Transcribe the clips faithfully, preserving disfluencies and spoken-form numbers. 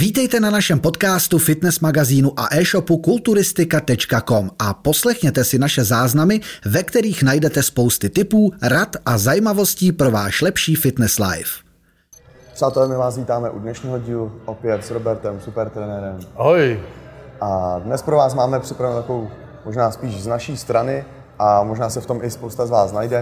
Vítejte na našem podcastu, fitness magazínu a e-shopu kulturistika tečka com a poslechněte si naše záznamy, ve kterých najdete spousty tipů, rad a zajímavostí pro váš lepší fitness life. Přátelé, my vás vítáme u dnešního dílu opět s Robertem, supertrenérem. Ahoj. A dnes pro vás máme připravenou takovou, možná spíš z naší strany, a možná se v tom i spousta z vás najde.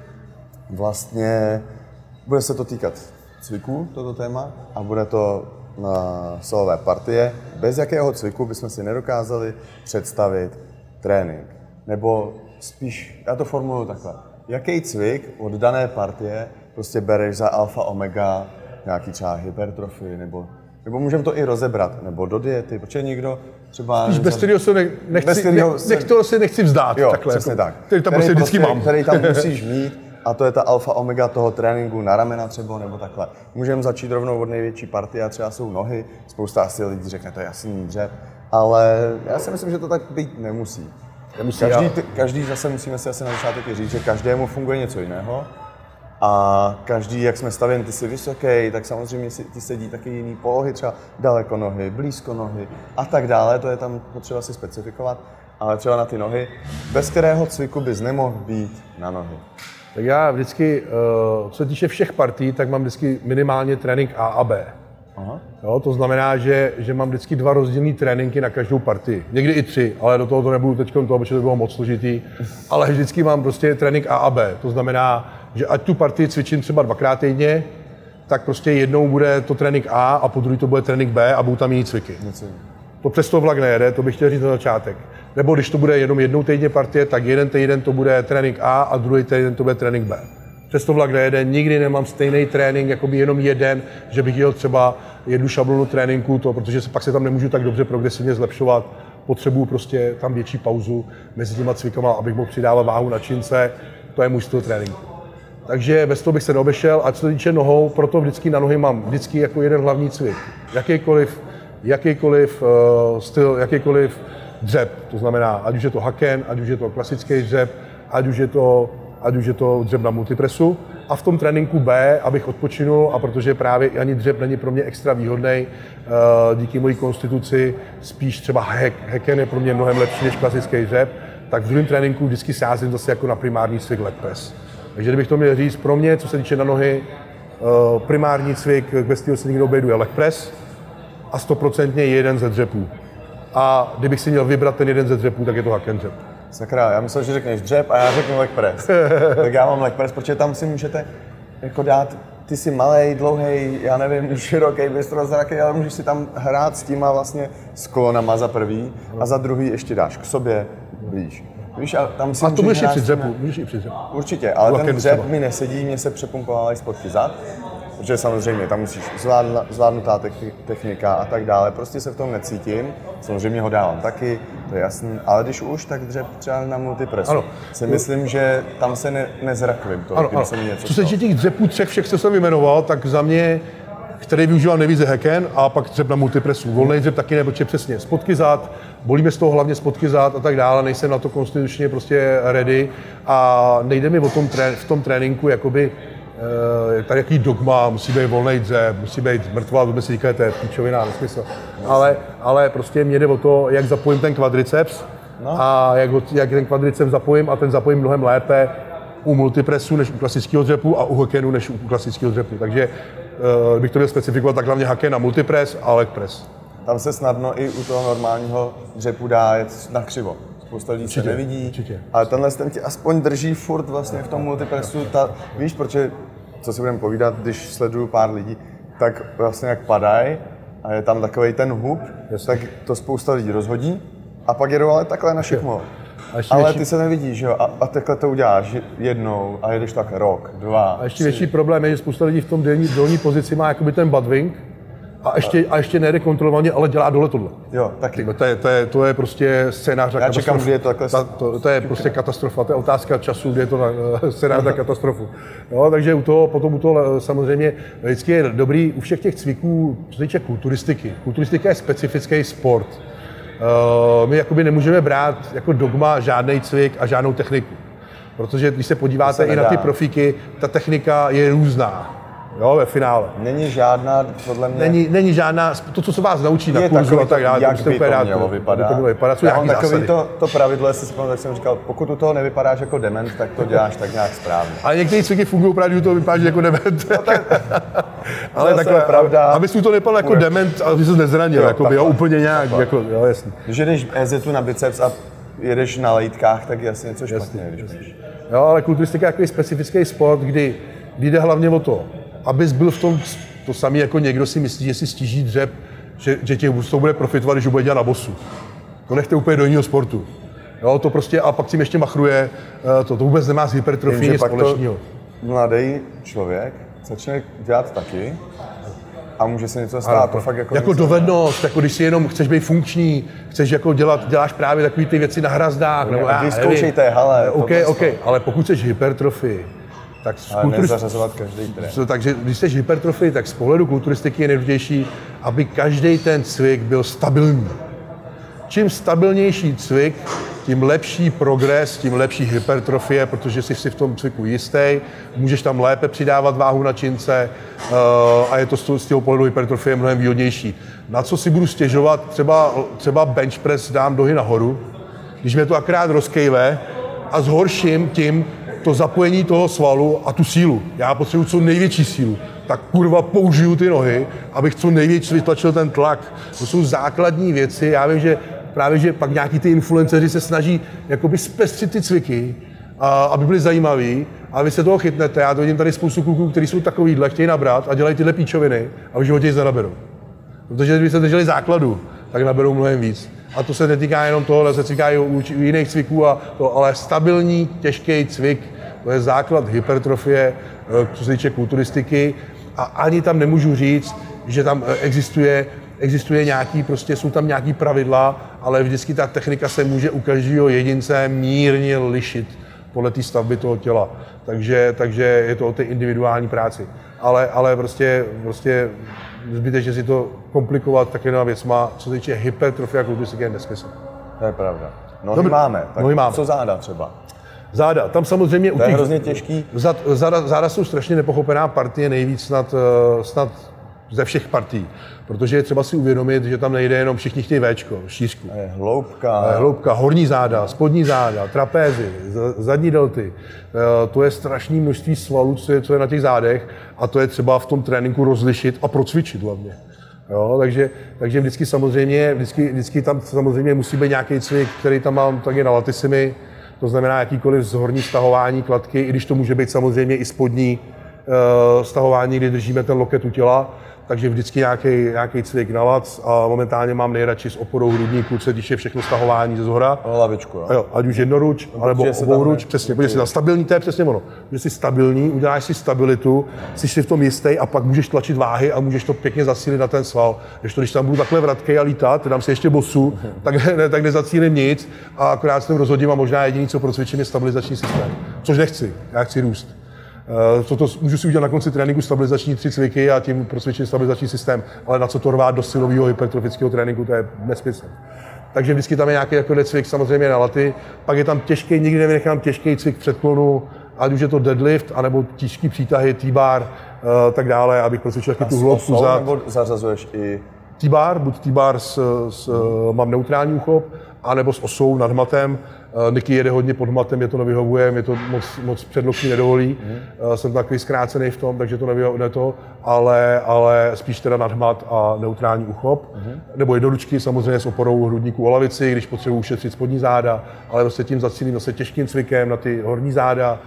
Vlastně bude se to týkat cviků, toto téma, a bude to na silové partie. Bez jakého cviku bychom si nedokázali představit trénink. Nebo spíš, já to formuluji takhle. Jaký cvik od dané partie prostě bereš za alfa, omega, nějaký třeba hypertrofii, nebo, nebo můžeme to i rozebrat, nebo do diety, protože někdo třeba... Spíš bez kterého se ne, nechci, bez kterého se... nech, se nechci vzdát. Jo, takhle, přesně jako, tak. Který tam prostě vždycky mám. Který tam musíš mít, a to je ta alfa, omega toho tréninku na ramena třeba, nebo takhle. Můžeme začít rovnou od největší partie, a třeba jsou nohy. Spousta asi lidí řekne, to je jasný dřep, ale já si myslím, že to tak být nemusí. nemusí každý, ty, každý zase musíme si asi na začátek říct, že každému funguje něco jiného. A každý, jak jsme stavěni, ty jsi vysoký, tak samozřejmě si, ty sedí taky jiný polohy, třeba daleko nohy, blízko nohy a tak dále, to je tam potřeba si specifikovat, ale třeba na ty nohy, bez kterého cviku bys nemohl být na nohy. Tak já vždycky, co se týče všech partí, tak mám vždycky minimálně trénink A a B. Aha. Jo, to znamená, že, že mám vždycky dva rozdílné tréninky na každou partii. Někdy i tři, ale do toho to nebudu teď toho, protože to bylo moc složitý. Ale vždycky mám prostě trénink A a B. To znamená, že ať tu partii cvičím třeba dvakrát týdně, tak prostě jednou bude to trénink A a po druhý to bude trénink B a budou tam jiný cviky. To přesto vlak nejede, to bych chtěl říct na začátek. Nebo když to bude jenom jednou týdně partie, tak jeden týden to bude trénink A a druhý týden to bude trénink B. Přesto vlak nejede, nikdy nemám stejný trénink, jako by jenom jeden, že bych jel třeba jednu šablonu tréninku, to, protože se, pak se tam nemůžu tak dobře progresivně zlepšovat. Potřebuju prostě tam větší pauzu mezi těma cvikama, abych mohl přidávat váhu na čince. To je můj styl tréninku. Takže bez toho bych se neobešel, a co se týče nohou, proto vždycky na nohy mám vždycky jako jeden hlavní cvik. Jakýkoliv, jakýkoliv uh, styl, jakýkoliv dřep, to znamená, ať už je to haken, ať už je to klasický dřep, ať už je to, ať už je to dřep na multipresu. A v tom tréninku B, abych odpočinul, a protože právě ani dřep není pro mě extra výhodný, uh, díky mojí konstituci, spíš třeba hack, haken je pro mě mnohem lepší než klasický dřep, tak v druhém tréninku vždycky sázím zase jako na primární cvik leg press. Takže kdybych to měl říct, pro mě, co se týče na nohy, primární cvik, bez kterého se nikdo obejdu, je leg press a stoprocentně jeden ze dřepů. A kdybych si měl vybrat ten jeden ze dřepů, tak je to haken dřep. Sakra, já myslel, že řekneš dřep a já řeknu leg press. Tak já mám leg press, protože tam si můžete jako dát, ty jsi malej, dlouhej, já nevím, široký, bystrozraký, ale můžeš si tam hrát s těma vlastně s kolonama za prvý a za druhý ještě dáš k sobě blíž. Víš, a tam si a to můžeš i při dřepu, ne... můžeš i při dřepu. Určitě, ale ten dřep mi nesedí, mě se přepumpovávají spodky zad, protože samozřejmě tam musíš zvládla, zvládnutá technika a tak dále, prostě se v tom necítím, samozřejmě ho dávám taky, to je jasný, ale když už, tak dřep třeba na multipresu. Ano. Si myslím, že tam se ne, nezrakvím to, ano, ano. Se mi něco co se týče těch dřepů třech všech, co jsem vyjmenoval, tak za mě, který využívám nejvíc je haken a pak dřep na multipresu. Volný dřep taky ne, protože přesně spodky zad, bolí mě z toho hlavně spodky zad a tak dále, nejsem na to konstitučně prostě ready a nejde mi o tom tré, v tom tréninku jakoby e, tady jaký dogma, musí být volný dřep, musí být mrtvá, vůbec si říká, to je píčovina, nesmysl. Ale, ale prostě mě jde o to, jak zapojím ten kvadriceps no. a jak, jak ten kvadriceps zapojím a ten zapojím mnohem lépe u multipresu než u klasického dřepu a u hakenu než u klasického dřepu. Takže uh, bych to měl specifikovat, tak hlavně haken na multipres a leg press. Tam se snadno i u toho normálního dřepu dá jet na křivo. Spousta lidí se nevidí, určitě. Ale tenhle ten ti aspoň drží furt vlastně v tom multipresu. Ta, víš, protože, co si budeme povídat, když sleduju pár lidí, tak vlastně jak padají a je tam takovej ten hub, Jasně. tak to spousta lidí rozhodí a pak jedou ale takhle na šikmo. Ale větší... ty se nevidíš, jo, a, a takhle to uděláš jednou a jedeš tak rok, dva, A ještě tři. větší problém je, že spousta lidí v tom dolní, dolní pozici má jakoby ten buttwing a ještě, a ještě nejde kontrolovaně, ale dělá dole tohle. Jo, taky. To je, to je, to je prostě scénář na katastrofu. Já čekám, kdy je to takhle. Ta, to, to je prostě katastrofa, to je otázka času, kdy je to na, scénář na katastrofu. Jo, takže u toho, potom u toho samozřejmě vždycky je dobrý u všech těch cviků, co se týče kulturistiky. Kulturistika je specifický sport. Uh, my jakoby nemůžeme brát jako dogma žádný cvik a žádnou techniku. Protože když se podíváte se i na ty profíky, ta technika je různá. Jo, ve finále. Není žádná, podle mě... Není, není žádná, to, co se vás naučí na kurzu a tak dále, jak by to mělo vypadat. To, vypadat, Já mám takový to, to pravidlo, jestli si pamatuju, tak jsem říkal, pokud u toho nevypadáš jako dement, tak to děláš tak nějak správně. Ale některé cviky fungují právě, že to vypadáš jako dement. No, tak, ale takhle, pravda. Abys tu to nepadl jako dement, aby ses nezranil, jo, jako by, jo, úplně nějak, jako, jo, jasný. Když jdeš é zetu na biceps a jedeš na lejtkách, tak je asi něco špatně, jasný, když jasný. Jo, ale kulturistika je takový specifický sport, kdy jde hlavně o to, abys byl v tom to samý jako někdo si myslí, že si stíží dřep, že, že tě to bude profitovat, když ho bude dělat na bosu. To nechte úplně do jiného sportu. Jo, to prostě, a pak tím ještě machruje, to, to vůbec nemá s hypertrofií nic společného. Mladý člověk začne dělat taky a může se něco stát. Ano, to fakt jako jako dovednost, jako když si jenom chceš být funkční, chceš jako dělat, děláš právě takové ty věci na hrazdách. Nebo já, vyzkoušejte, hele. OK, OK, ale pokud chceš hypertrofii, tak z ale kulturist... nezařazovat každý trénink. Takže když jsi hypertrofii, tak z pohledu kulturistiky je nejdůležitější, aby každý ten cvik byl stabilní. Čím stabilnější cvik, tím lepší progres, tím lepší hypertrofie, protože jsi si v tom cviku jistý, můžeš tam lépe přidávat váhu na čince uh, a je to z toho pohledu hypertrofie mnohem výhodnější. Na co si budu stěžovat, třeba, třeba bench press dám nohy nahoru, když mě to akorát rozkejve a zhorším tím to zapojení toho svalu a tu sílu. Já potřebuji co největší sílu. Tak kurva použiju ty nohy, abych co největší vytlačil ten tlak. To jsou základní věci. Já vím, že právě, že pak nějaký ty influenceři se snaží jakoby zpestřit ty cviky, a, aby byly zajímavý, a vy se toho chytnete. Já to vidím tady spoustu kluků, kteří jsou takovýhle, chtějí nabrat a dělají tyhle píčoviny a v životě nic nenaberou. Protože kdyby se drželi základu, tak naberou mnohem víc. A to se netýká jenom toho, ale se týká i u jiných cviků, a to, ale stabilní, těžký cvik, to je základ hypertrofie, co se týče kulturistiky. A ani tam nemůžu říct, že tam existuje, existuje nějaký, prostě jsou tam nějaký pravidla, ale vždycky ta technika se může u každého jedince mírně lišit podle té stavby toho těla. Takže, takže je to o té individuální práci. Ale, ale prostě, prostě zbytečně si to komplikovat takovýma věcma, co se týče hypertrofie a kulturistiky, je nesmysl. To je pravda. Nohy Dobře. máme, tak Nohy máme. Co záda třeba? Záda, tam samozřejmě to je těch, hrozně těžký. Zad, záda, záda jsou strašně nepochopená partie, nejvíc snad, snad ze všech partií. Protože je třeba si uvědomit, že tam nejde jenom všichni chtějí véčko, šířku. Je hloubka. Je hloubka, horní záda, spodní záda, trapézy, zadní delty. To je strašné množství svalů, co je, co je na těch zádech, a to je třeba v tom tréninku rozlišit a procvičit hlavně. Jo, takže, takže vždycky samozřejmě, vždycky, vždycky tam samozřejmě musí být nějaký cvik, který tam mám taky na latissimi, to znamená jakýkoliv zhorní stahování kladky, i když to může být samozřejmě i spodní uh, stahování, kdy držíme ten loket u těla, takže vždycky nějaký, nějaký cvik na lat, a momentálně mám nejradši s oporou hrudníku, co když je všechno stahování ze zhora. Lavičku, jo. Jo, ať už jednoruč, no, nebo obouruč, přesně, podívej si na stabilní, to je přesně ono. Že jsi stabilní, uděláš si stabilitu, jsi si v tom jistý a pak můžeš tlačit váhy a můžeš to pěkně zacílit na ten sval. Když to, když tam budu takhle vratkej a lítat, dám si ještě bosu, tak, ne, tak nezacílím nic a akorát se tím rozhodím a možná jediný, co procvičím, je stabilizační systém. Což nechci, já chci růst. To, to můžu si udělat na konci tréninku stabilizační tři cviky a tím procvičit stabilizační systém, ale na co to rvát do silového hypertrofického tréninku, to je nesmysl. Takže vždycky tam je nějaký jako cvik samozřejmě na laty, pak je tam těžký, nikdy nevynechám těžký cvik předklonu, ať už je to deadlift, anebo těžký přítahy, T-bar, uh, tak dále, abych procvičil taky tu hloubku zad. Nebo zařazuješ i T-bar, buď T-bar s, s hmm. mám neutrální úchop, anebo s osou nad hmatem. Niky jede hodně pod hmatem, mě to nevyhovuje, mě to moc, moc předloktí nedovolí. Mm. Jsem takový zkrácený v tom, takže to nevyhovuje to, ale, ale spíš teda nad hmat a neutrální uchop. Mm. Nebo jednoručky samozřejmě s oporou hrudníku o lavici, když potřebuji ušetřit spodní záda, ale vlastně tím zacílím zase těžkým cvikem na ty horní záda,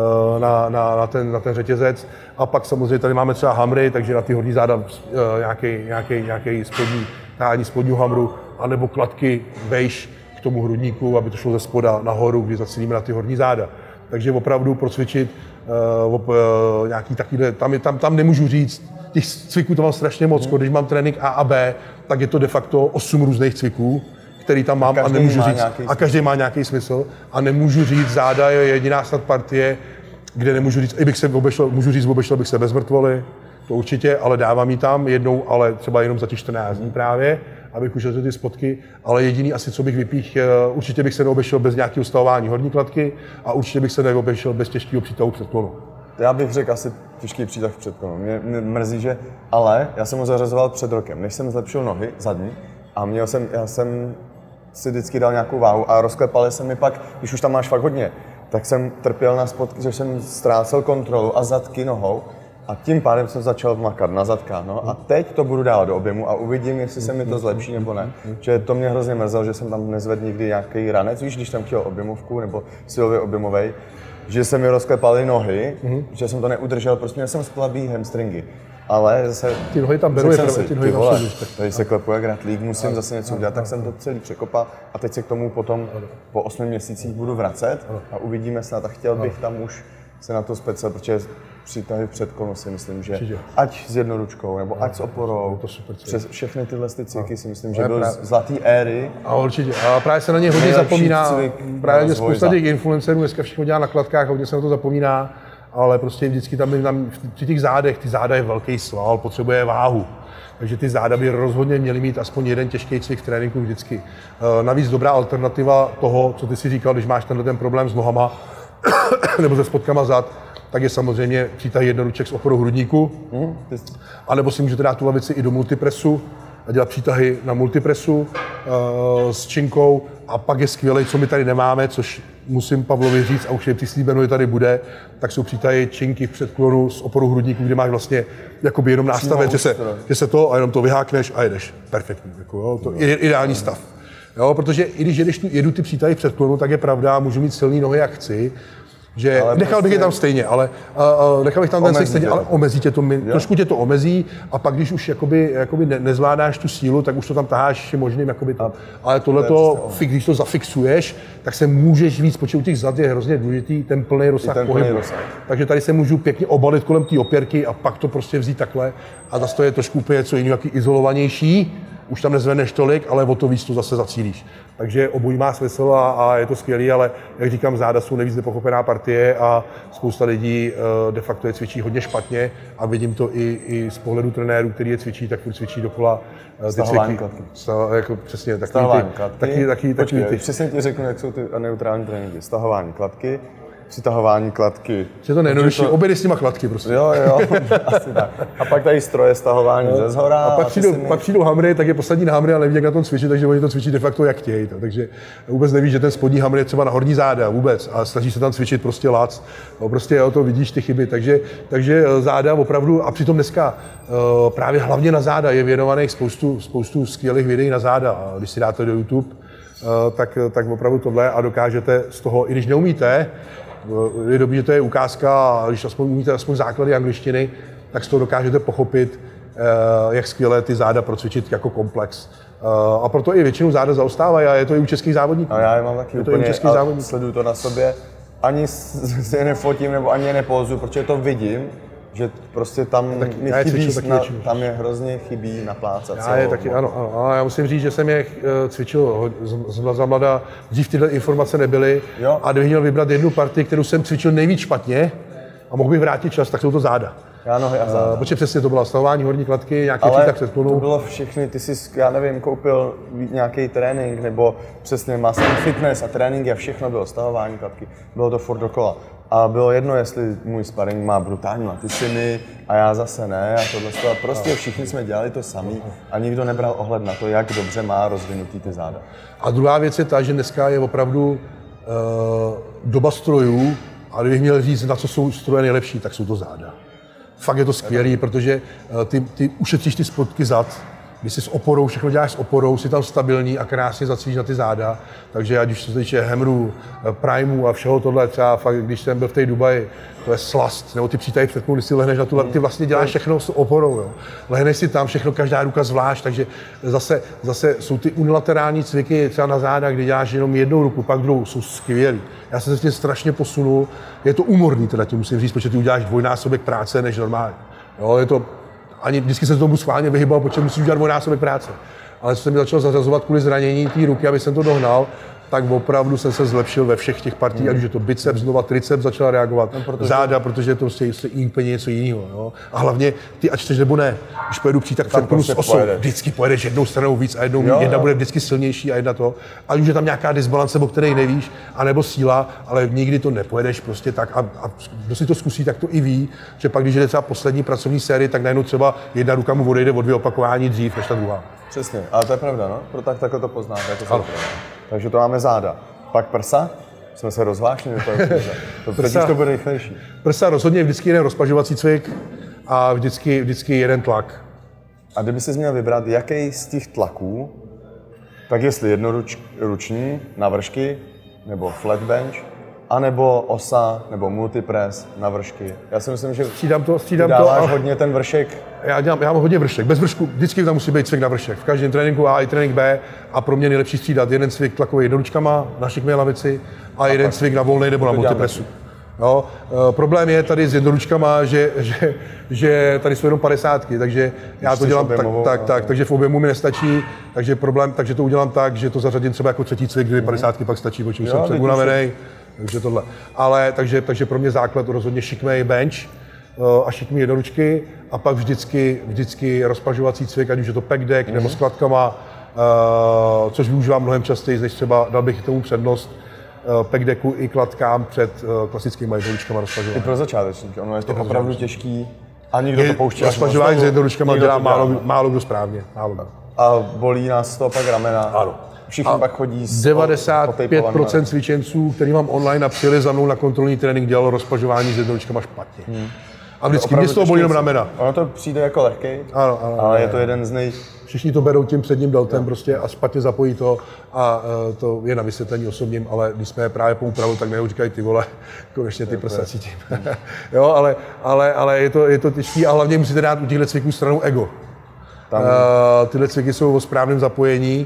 na, na, na, ten, na ten řetězec. A pak samozřejmě tady máme třeba hamry, takže na ty horní záda nějaký, nějaký, nějaký spodní, tahání spodního hamru, anebo kladky vejš k tomu hrudníku, aby to šlo ze spoda nahoru, kdy zacílíme na ty horní záda. Takže opravdu procvičit uh, op, uh, nějaký takovýhle, tam, tam, tam nemůžu říct, těch cviků to mám strašně moc, hmm. když mám trénink A a B, tak je to de facto osm různých cviků, který tam mám a, a nemůžu říct, a každý má nějaký smysl a nemůžu říct, záda je jediná snad partie, kde nemůžu říct, i bych se obešel, můžu říct, obešel bych se bez mrtvoly, to určitě, ale dávám ji tam jednou, ale třeba jenom za těch čtrnáct dní právě, abych ušetřil ty spotky, ale jediný asi, co bych vypích, určitě bych se neobešel bez nějakého stavování horní kladky a určitě bych se neobešel bez těžkého přítahu předklonu. Já bych řekl asi těžký přítah v předklonu. Mě, mě mrzí, že... Ale já jsem ho zařazoval před rokem, než jsem zlepšil nohy zadní a měl jsem, já jsem si vždycky dal nějakou váhu a rozklepaly se mi pak, když už tam máš fakt hodně, tak jsem trpěl na spotky, že jsem ztrácel kontrolu a zadky nohou a tím pádem jsem začal makat na zadka. No. A teď to budu dávat do objemu a uvidím, jestli se mi to zlepší nebo ne. Že to mě hrozně mrzelo, že jsem tam nezvedl nikdy nějaký ranec, víš, když tam chtěl objemovku nebo silově objemovej, že se mi rozklepaly nohy, mm-hmm. že jsem to neudržel, prostě měl jsem slabý hamstringy. Ale zase... Ty nohy tam beru, je si, ty nohy ty vole, tady se klepuje jak ratlík, musím a, zase něco udělat, tak jsem to celý překopal a teď se k tomu potom po osmi měsících budu vracet a uvidíme snad a chtěl bych tam už se na to speciál, protože přítahy v předklonu si myslím, že Čiže. ať s jednoručkou, nebo ať s oporou, to super přes všechny tyhle cviky si myslím, že byl zlatý éry. A určitě. A právě se na ně hodně zapomíná. Právě spousta těch influencerů dneska všechno dělá na kladkách, hodně se na to zapomíná, ale prostě vždycky tam, tam při těch zádech, ty záda je velký sval, potřebuje váhu. Takže ty záda by rozhodně měly mít aspoň jeden těžký cvik v tréninku vždycky. Navíc dobrá alternativa toho, co ty si říkal, když máš tenhle ten problém s nohama nebo se spodkama zad, tak je samozřejmě přítah jednoruček s oporou hrudníku. Mm, a nebo si můžete dát tu lavici i do multipresu a dělat přítahy na multipresu uh, s činkou. A pak je skvělé, co my tady nemáme, což musím Pavlovi říct, a už je přislíbeno, že tady bude, tak jsou přítahy činky v předklonu s oporou hrudníku, kde máš vlastně jakoby jenom nástavec, že se, že se to a jenom to vyhákneš a jedeš. Perfektní. Jako, jo, to je ideální stav. Jo, protože i když jedeš, jedu ty přítahy v předklonu, tak je pravda, můžu mít silný nohy, jak chci. Že ale nechal prostě bych je tam stejně, ale uh, nechal bych tam ten stejně, ale omezí tě to, mi, trošku tě to omezí a pak když už jakoby, jakoby ne, nezvládáš tu sílu, tak už to tam taháš možným jakoby to. Ale tohleto, to když to zafixuješ, tak se můžeš víc, protože u těch zad je hrozně důležitý ten plný rozsah ten pohybu. Rozsah. Takže tady se můžu pěkně obalit kolem té opěrky a pak to prostě vzít takhle a zase to je trošku úplně něco jiného, jaký izolovanější. Už tam nezvedneš tolik, ale o to víc to zase zacílíš. Takže obojí má smysl a, a je to skvělý, ale jak říkám, záda jsou nejvíc nepochopená partie a spousta lidí uh, de facto je cvičí hodně špatně a vidím to i, i z pohledu trenérů, který je cvičí, tak furt cvičí dokola uh, ty cviky. Stahování jako přesně, taky Stahování ty, kladky. Taky, taky, Počkej, taky ty. Přesně ti řeknu, jak jsou ty neutrální tréninky. Stahování kladky, přitahování kladky. Je to nejjednodušší, to... obědy s těma kladky prostě. Jo, jo, asi tak. A pak tady stroje stahování no. ze zhora. A pak, a přijdou, mi... pak přijdou hamry, tak je posadí na hamry a neví, jak na tom cvičit, takže oni to cvičí de facto jak chtějí. To. Takže vůbec neví, že ten spodní hamr je třeba na horní záda vůbec a snaží se tam cvičit prostě lac. No, prostě jo, to vidíš ty chyby, takže, takže záda opravdu a přitom dneska uh, právě hlavně na záda je věnovaných spoustu, spoustu skvělých videí na záda. A když si dáte do YouTube, uh, tak, tak opravdu tohle a dokážete z toho, i když neumíte, je dobrý, že to je ukázka a když aspoň umíte aspoň základy angličtiny, tak z toho dokážete pochopit, jak skvěle ty záda procvičit jako komplex. A proto i většinu záda zaostávají a je to i u českých závodníků. A já je mám taky je úplně, to závodník. Sleduju to na sobě, ani si je nefotím nebo ani je nepózuju, protože to vidím, že prostě tam tak mi chybí, na, tam je hrozně chybí naplácat. Já je taky, ano, ano, ale já musím říct, že jsem je cvičil za mlada, dřív tyhle informace nebyly jo. A kdybych měl vybrat jednu partii, kterou jsem cvičil nejvíc špatně a mohl bych vrátit čas, tak jsou to záda. Já nohy a záda. Uh, protože přesně to bylo stahování horní kladky, nějaký přítah předklonu. To bylo všechny, ty jsi, já nevím, koupil nějaký trénink nebo přesně Master Fitness a tréninky a všechno bylo stahování kladky, bylo to furt dokola. A bylo jedno, jestli můj sparring má brutální laticiny a já zase ne a tohle a prostě všichni jsme dělali to samý a nikdo nebral ohled na to, jak dobře má rozvinutý ty záda. A druhá věc je ta, že dneska je opravdu uh, doba strojů a kdybych měl říct, na co jsou stroje nejlepší, tak jsou to záda. Fakt je to skvělý, protože uh, ty, ty ušetříš ty spodky zad, když si s oporou, všechno děláš s oporou, jsi tam stabilní a krásně zacvíš na ty záda. Takže ať už se týče hamru, primů a všeho tohle, třeba fakt, když jsem byl v té Dubaji, to je slast, nebo ty přítahy předklonu, když si lehneš na tu, ty vlastně děláš všechno s oporou, jo. Lehneš si tam všechno, každá ruka zvlášť, takže zase, zase jsou ty unilaterální cviky třeba na záda, kdy děláš jenom jednou ruku, pak druhou, jsou skvělý. Já jsem se tím strašně posunul, je to úmorný teda, tím musím říct, protože ty uděláš dvojnásobek práce než normálně. Jo, je to ani vždycky se tomu schválně vyhybal, protože musíš udělat dvojnásobek práce. Ale co jsem mi začal zařazovat kvůli zranění té ruky, aby jsem to dohnal, tak opravdu jsem se zlepšil ve všech těch partiích, ať už je to biceps, znova triceps začal reagovat, no, protože... záda, protože je to prostě úplně něco jiného. Jo? A hlavně ty, ať chceš nebo ne, když pojedu přijít, tak přepnu prostě s osou. Pojede. Vždycky pojedeš jednou stranou víc a jednou jo, jedna jo. bude vždycky silnější a jedna to. A už je tam nějaká disbalance, o které nevíš, anebo síla, ale nikdy to nepojedeš prostě tak. A, a kdo si to zkusí, tak to i ví, že pak, když jde třeba poslední pracovní série, tak najednou třeba jedna ruka mu odejde o dvě opakování dřív než ta druhá. Přesně, ale to je pravda, no? Pro tak takhle to poznáte. Jako takže to máme záda. Pak prsa? Jsme se rozvášli, to prsa, to bude rychlejší. Prsa rozhodně je vždycky jeden rozpažovací cvik a vždycky, vždycky jeden tlak. A kdyby si měl vybrat, jaký z těch tlaků, tak jestli jednoruční na vršky, nebo flat bench, anebo osa, nebo multipress na vršky. Já si myslím, že střídám to, střídám ty dáváš to, hodně ten vršek. Já, dělám, já mám hodně vršek. Bez vršku vždycky tam musí být cvik na vršek. V každém tréninku A i trénink B a pro mě nejlepší střídat jeden cvik tlakový jednoručkama na šikmé lavici a, a jeden cvik na volnej nebo na multipressu. No, e, problém je tady s jednoručkama, že, že, že tady jsou jenom padesátky, takže já to dělám tak, tak, tak, takže v objemu mi nestačí, takže problém, takže to udělám tak, že to zařadím třeba jako třetí cvik, kdy padesátky pak stačí, protože už jsem předunavenej, takže tohle. Ale takže, takže pro mě základ rozhodně šikmej bench a šikmý jednoručky a pak vždycky, vždycky rozpažovací cvik, ať už je to pack deck mm-hmm. nebo s kladkama, uh, což využívám mnohem častěji, než třeba dal bych tomu přednost uh, pack decku i kladkám před uh, klasickými jednoručkama rozpažování. I pro začátečníky, ono je to opravdu těžký a nikdo to pouští. Rozpažování s jednoručkama dělá málo, málo kdo správně. Málo kdo. A bolí nás to pak ramena. Ano. Všichni a pak chodí s devadesát pět procent cvičenců, který mám online a přijeli za mnou na kontrolní trénink, dělalo rozpažování s jednoručkama špatně. Hmm. A vždycky mě z toho bolí jenom ramena. Ono to přijde jako lehký, ano, ano, ale ne, je to jeden z nej... Všichni to berou tím předním deltem prostě a špatně zapojí to a uh, to je na vysvětlení osobním, ale když jsme právě po úpravu, tak neho říkají ty vole, konečně ty prsa cítím. Jo, ale, ale, ale je to, je to těžký a hlavně musíte dát u těchto cviků stranu ego. Tam... Uh, tyhle cviky jsou o správném zapojení.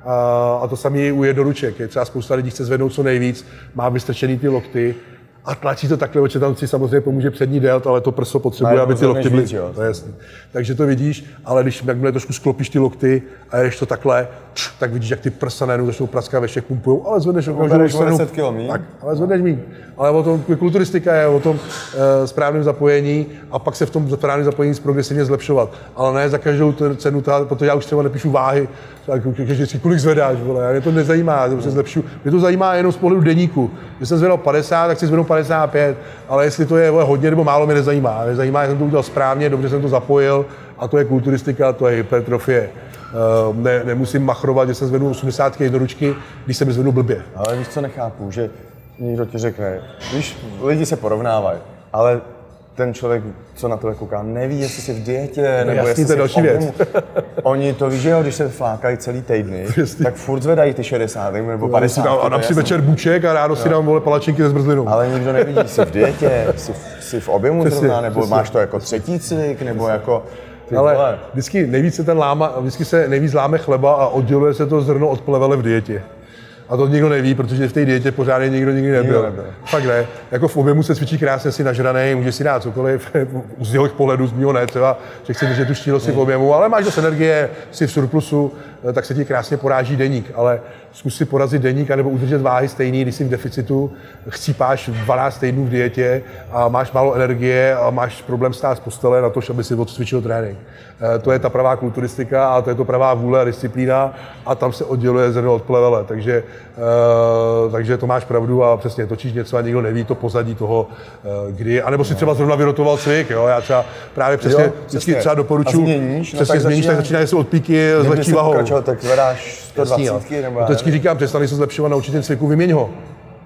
A to samé je u jednoruček. Je třeba spousta lidí chce zvednout co nejvíc, má vystrčený ty lokty a tlačí to takhle, oče tam si samozřejmě pomůže přední delt, ale to prso potřebuje, aby ty lokty byly. To je jasný. Takže to vidíš, ale když jakmile trošku sklopíš ty lokty a jdeš to takhle, tak vidíš, jak ty prsa najednou začnou praskat, ve všech pumpujou, ale zvedneš okamžitě stranu. Tak, ale zvedneš míň. Ale o tom kulturistika je o tom e, správném zapojení a pak se v tom správném zapojení progresivně zlepšovat. Ale ne za každou cenu, protože já už třeba nepíšu váhy, vždycky kolik zvedáš, vole, mě to nezajímá, to se zlepšu. Mě to zajímá jenom z pohledu deníku. Když jsem zvedal padesát, tak si zvednu padesát pět, ale jestli to je vole, hodně nebo málo, mě nezajímá. Mě zajímá, že jsem to udělal správně, dobře jsem to zapojil a to je kulturistika, to je hypertrofie. Uh, ne, nemusím machrovat, že jsem zvednu osmdesát jednoručky, když jsem zvednu blbě. Ale víš, co nechápu, že někdo ti řekne, víš, lidi se porovnávají, ale ten člověk, co na tebe kouká, neví, jestli jsi v dietě, no, nebo jasný, jestli jsi v objemu. Oni to ví, že jo, když se flákají celý týdny, tak furt zvedají ty šedesát nebo padesát. A dám si večer buček a ráno si dám vole palačinky se zmrzlinou. Ale nikdo nevidí, jsi v dietě, jsi, jsi v objemu přesně, zrovna, nebo přesně. Máš to jako třetí cvik, nebo jako... Ty ale vole. vždycky nejvíc se ten láma, vždycky se nejvíc láme chleba a odděluje se to zrno od plevele v dietě. A to nikdo neví, protože v té dietě pořádně nikdo nikdy nebyl. nebyl. Fakt ne. Jako v objemu se cvičí krásně, si nažranej, můžeš si dát cokoliv, z jeho pohledu, z mého ne, třeba, že chci držet tu štíhlost si v objemu, ale máš dost energie, jsi v surplusu, tak se ti krásně poráží deník. Ale zkus si porazit deník, anebo udržet váhy stejný, když jsi v deficitu, chcípáš dvanáct týdnů v dietě a máš málo energie a máš problém stát z postele na to, aby si odcvičil trénink. To je ta pravá kulturistika a to je to pravá vůle a disciplína a tam se odděluje zrno od plevele. Takže, uh, takže to máš pravdu a přesně točíš něco a nikdo neví to pozadí toho, uh, kdy. A nebo si třeba zrovna vyrotoval cvik, jo? Já třeba právě přesně, jo, vždycky třeba doporučuji, změníš, přesně no, změníš, tak začínají se odpíky s lehčí vahou. Tak zvedáš sto dvacet nebo já vždycky říkám, přestane se zlepšovat na určitém cviku, vyměň ho.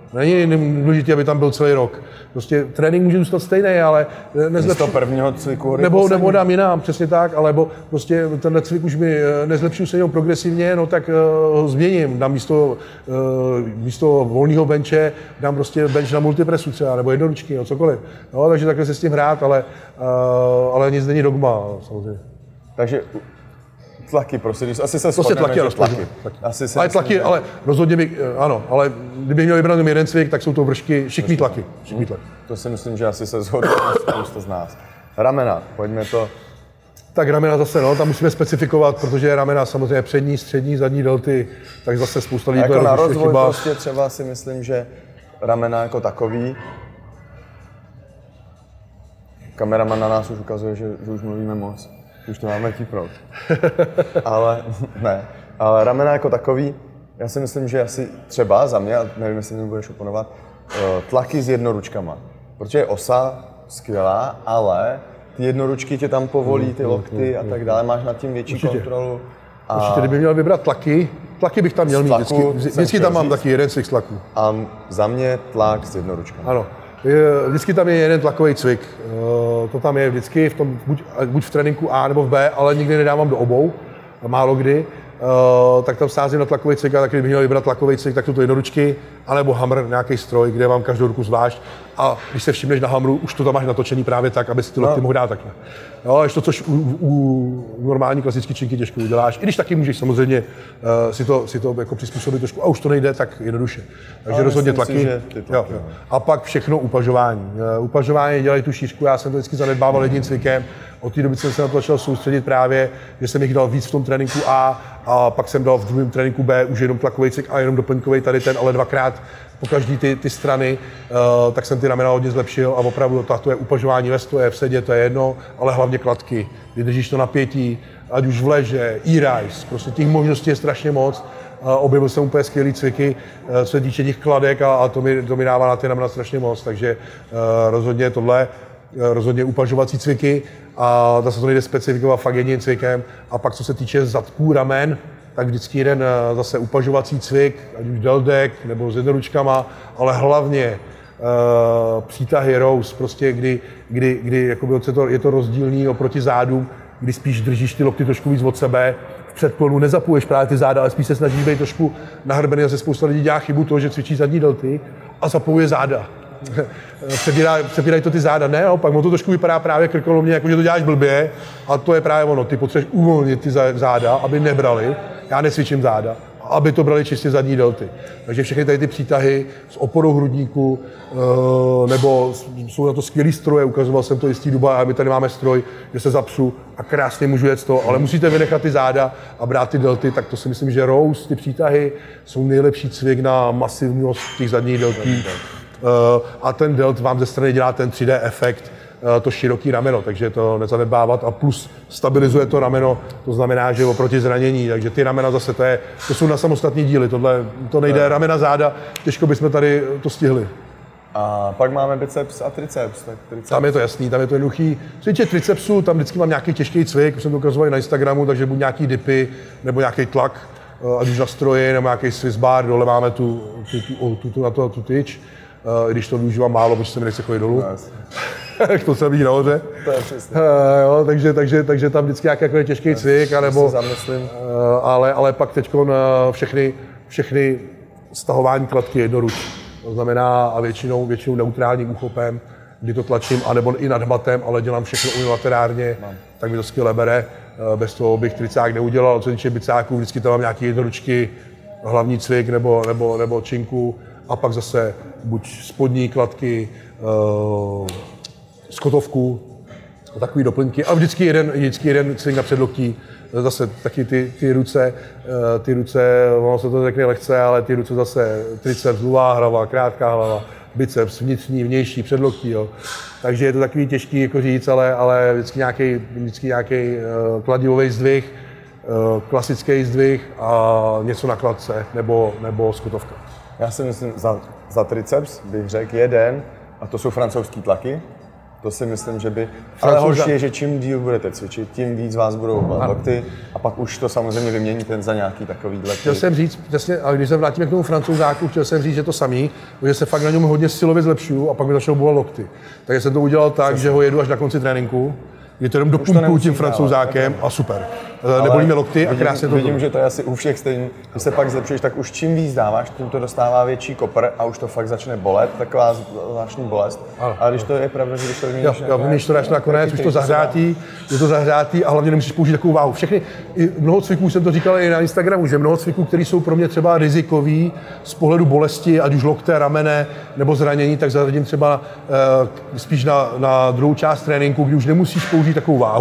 Není důležité, aby tam byl celý rok. Prostě trénink může zůstat stejný, ale nezlepší. Z prvního cviku nebo, nebo dám jinam, přesně tak, alebo prostě tenhle cvik už mi nezlepšuju se jenom progresivně, no tak uh, ho změním. Dám místo, uh, místo volného benče, dám prostě bench na multipresu třeba, nebo jednoručky, no cokoliv. No, takže takhle se s tím hrát, ale, uh, ale nic není dogma, samozřejmě. Takže tlaky prostě, když asi se prostě tlaky, že tlaky. tlaky. Asi se ale tlaky, ale rozhodně bych, ano, ale kdybych měl vybrat jenom jeden cvik, tak jsou to vršky, šikmý tlaky. Šikmý tlaky. To si myslím, že asi se shodne spousta z nás. Ramena, pojďme to Tak ramena zase, no, tam musíme specifikovat, protože ramena samozřejmě přední, střední, zadní delty, tak zase spousta lidí jako to na rozvoj chyba. prostě třeba si myslím, že ramena jako takový. Kameraman na nás už ukazuje, že, že už mluvíme moc. Už to máme tipnout. Ale ne. Ale ramena jako takový, já si myslím, že asi třeba za mě, a nevím, jestli mi budeš oponovat, tlaky s jednoručkama. Protože je osa skvělá, ale ty jednoručky tě tam povolí, ty lokty a tak dále, máš nad tím větší Určitě. kontrolu. A určitě, kdyby měl vybrat tlaky, tlaky bych tam měl mít vždycky. Vždycky tam mám taky jeden cvik tlaků. A za mě tlak s jednoručkama. Ano. Vždycky tam je jeden tlakový cvik. To tam je vždycky, v tom, buď, buď v tréninku A nebo v B, ale nikdy nedávám do obou, málo kdy. Uh, tak tam sázím na tlakový cvik a tak kdybych měl vybrat tlakový cvik, tak to jednoručky, anebo hammer, nějaký stroj, kde mám každou ruku zvlášť. A když se všimneš na hamru, už to tam máš natočený právě tak, aby si ty lokty no. mohl dát takhle. Jo, ještě to, což u, u, u normální klasické činky těžko uděláš. I když taky můžeš samozřejmě uh, si to, si to jako přizpůsobit trošku, a už to nejde, tak jednoduše. Takže rozhodně tlaky. Si, že ty tlaky jo, jo. A pak všechno upažování. Uh, upažování dělají tu šířku, já jsem to vždycky zanedbával jedním cvikem. Od té doby jsem se na to začal soustředit právě, že jsem jich dal víc v tom tréninku A a pak jsem dal v druhém tréninku B už jenom tlakový cvik a jenom doplňkový tady ten, ale dvakrát po každý ty, ty strany, uh, tak jsem ty ramena hodně zlepšil a opravdu to, to je upažování ve stoje, v sedě, to je jedno, ale hlavně kladky. Kdy držíš to napětí, ať už v leže, e-rise, prostě těch možností je strašně moc. Uh, objevil jsem úplně skvělý cviky, uh, co se týče těch kladek a, a to, mi, to mi dává na ty ramena strašně moc, takže uh, rozhodně tohle, uh, rozhodně upažovací cviky a zase to nejde specifikovat fakt jedním cvikem. A pak co se týče zadků ramen, tak vždycky jeden zase upažovací cvik, ať už deldek nebo s jednoručkama, ale hlavně uh, přítahy rows, prostě kdy, kdy, kdy jakoby je, to, je to rozdílný oproti zádům, kdy spíš držíš ty lokty trošku víc od sebe, v předklonu nezapuješ právě ty záda, ale spíš se snažíš být trošku nahrbený a se spousta lidí dělá chybu toho, že cvičí zadní delty a zapojuje záda. Přebírá, přebírají to ty záda, ne, opak, ono to trošku vypadá právě krkolomně, jako že to děláš blbě a to je právě ono, ty potřebuješ uvolnit ty záda, aby nebrali, já necvičím záda, aby to brali čistě zadní delty. Takže všechny tady ty přítahy s oporou hrudníku, nebo jsou na to skvělý stroje, ukazoval jsem to jistý doba a my tady máme stroj, kde se zapsu a krásně můžu jet to, ale musíte vynechat ty záda a brát ty delty, tak to si myslím, že rows, ty přítahy jsou nejlepší cvik na masivnost těch zadních deltí. Uh, a ten delt vám ze strany dělá ten tři dé efekt, uh, to široký rameno, takže to nezanedbávat a plus stabilizuje to rameno, to znamená, že oproti zranění, takže ty ramena zase, to, je, to jsou na samostatní díly, tohle to nejde, ne. Ramena, záda, těžko bychom tady to stihli. A pak máme biceps a triceps. Tak triceps. Tam je to jasný, tam je to jednoduchý. Co se týče tricepsu, tam vždycky mám nějaký těžký cvik, už jsem to ukazoval na Instagramu, takže buď nějaký dipy nebo nějaký tlak, uh, ať už na stroji, nebo nějaký Swiss bar, dole máme tu, tu, tu, tu, tu, na to, tu tyč. Uh, když to využívám málo, protože se mi nechce chodit dolů. No, to se vidí nahoře. To je přesně. Uh, jo, takže, takže, takže tam vždycky nějaký jako těžký cvik, anebo, zamyslím. Uh, ale, ale pak teď uh, všechny, všechny stahování kladky jednoruč. To znamená a většinou, většinou neutrálním úchopem, kdy to tlačím, anebo i nad hmatem, ale dělám všechno unilaterálně, Mám. tak mi to skvěle bere. Uh, bez toho bych tricák neudělal. Co se týče bicáků, vždycky tam mám nějaké jednoručky, hlavní cvik nebo, nebo, nebo činku. A pak zase buď spodní kladky, uh, skotovku, takový doplňky. A vždycky jeden, vždycky jeden cvik na předloktí. Zase taky ty, ty ruce, uh, ty ruce, ono se to řekne lehce, ale ty ruce zase triceps, dlouhá hlava, krátká hlava, biceps, vnitřní, vnější, předloktí. Jo. Takže je to takový těžký jako říct, ale, ale vždycky nějaký, vždycky nějaký uh, kladivový zdvih, uh, klasický zdvih a něco na kladce nebo, nebo skotovka. Já si myslím, za, za triceps bych řekl jeden, a to jsou francouzský tlaky. To si myslím, že by... Ale horší je, že čím díl budete cvičit, tím víc vás budou bolet lokty a pak už to samozřejmě vyměníte za nějaký takovýhle. Chtěl jsem říct, přesně, ale když se vrátíme k tomu Francouzáku, chtěl jsem říct, že to samý, že se fakt na něm hodně silově zlepšuju a pak mi začnou bolet lokty. Takže jsem to udělal tak, přesně. že ho jedu až na konci tréninku, kdy to jenom dopumpuju tím Francouzákem a super. Nebolí mě lokty a krásně to vidím, to. Že to je asi u všech stejný. Když se pak zlepšuješ, tak už čím víc dáváš, tím to dostává větší kopr a už to fakt začne bolet, taková zvláštní bolest. Ano. A když to je pravda, že když to vyměníš jo, jo, to dáš nakonec, už to zahřátí, je to zahřátí a hlavně nemusíš použít takovou váhu. Všechny, i mnoho cviků jsem to říkal i na Instagramu, že mnoho cviků, které jsou pro mě třeba rizikový z pohledu bolesti, ať už lokte, ramene nebo zranění, tak zařadím třeba uh, spíš na, na druhou část tréninku, kdy už nemusíš použít takovou váhu.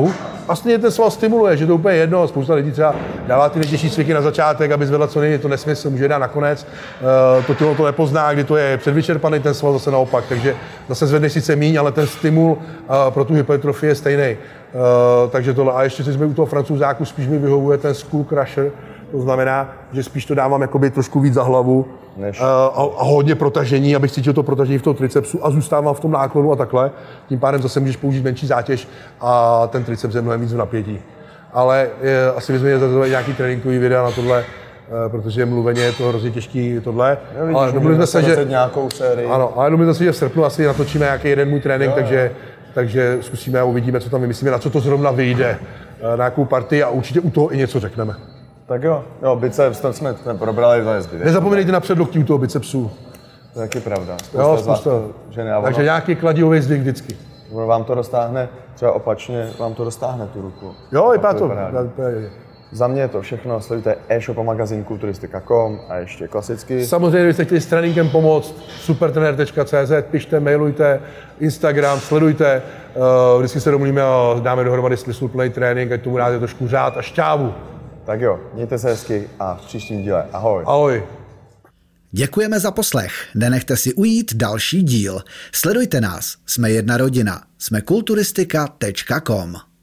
vlastně ten sval stimuluje, že to úplně jedno, spousta lidí třeba dává ty nejtěžší cviky na začátek, aby zvedla co nejde, to nesmysl, může dát nakonec, to tělo to nepozná, kdy to je předvyčerpaný, ten sval zase naopak, takže zase zvedneš sice míň, ale ten stimul pro tu hypertrofii je stejný. Takže tohle, a ještě si jsme u toho Francouzáku, spíš mi vyhovuje ten skull crusher, to znamená, že spíš to dávám jakoby trošku víc za hlavu Než... a, a hodně protažení, abych cítil to protažení v tom tricepsu a zůstávám v tom náklonu a takhle. Tím pádem zase můžeš použít menší zátěž a ten triceps je mnohem víc v napětí. Ale je, asi bychom měli zazovat nějaký tréninkový videa na tohle, protože mluveně je to hrozně těžký tohle. Jo, ale domluvili jsme se, že nějakou sérii. Ano, ale domluvili jsme se, že v srpnu asi natočíme nějaký jeden můj trénink, jo, takže, takže zkusíme a uvidíme, co tam vymyslíme, na co to zrovna vyjde, na jakou partii a určitě u toho i něco řekneme. Tak jo, jo, biceps, ten jsme ten probrali, to je zbytečné. Nezapomeňte na předloktí u toho bicepsu. To je taky pravda. Spousta jo, spousta. Vás, takže nějaký kladivový zvyk vždycky. Vám to roztáhne, třeba opačně, vám to roztáhne tu ruku. Jo, vypadá to. Za mě je to všechno, sledujte e-shop a magazín kulturistika tečka com a ještě klasicky. Samozřejmě, kdybyste chtěli s tréninkem pomoct, supertrener tečka cé zet, pište, mailujte, Instagram, sledujte. Vždycky se domluvíme a dáme dohromady smysluplný trénink, ať tomu dáte trošku řád a šťávu. Tak jo, mějte se hezky a v příštím díle. Ahoj. Ahoj. Děkujeme za poslech. Nenechte si ujít další díl. Sledujte nás. Jsme jedna rodina. Jsme kulturistika tečka com.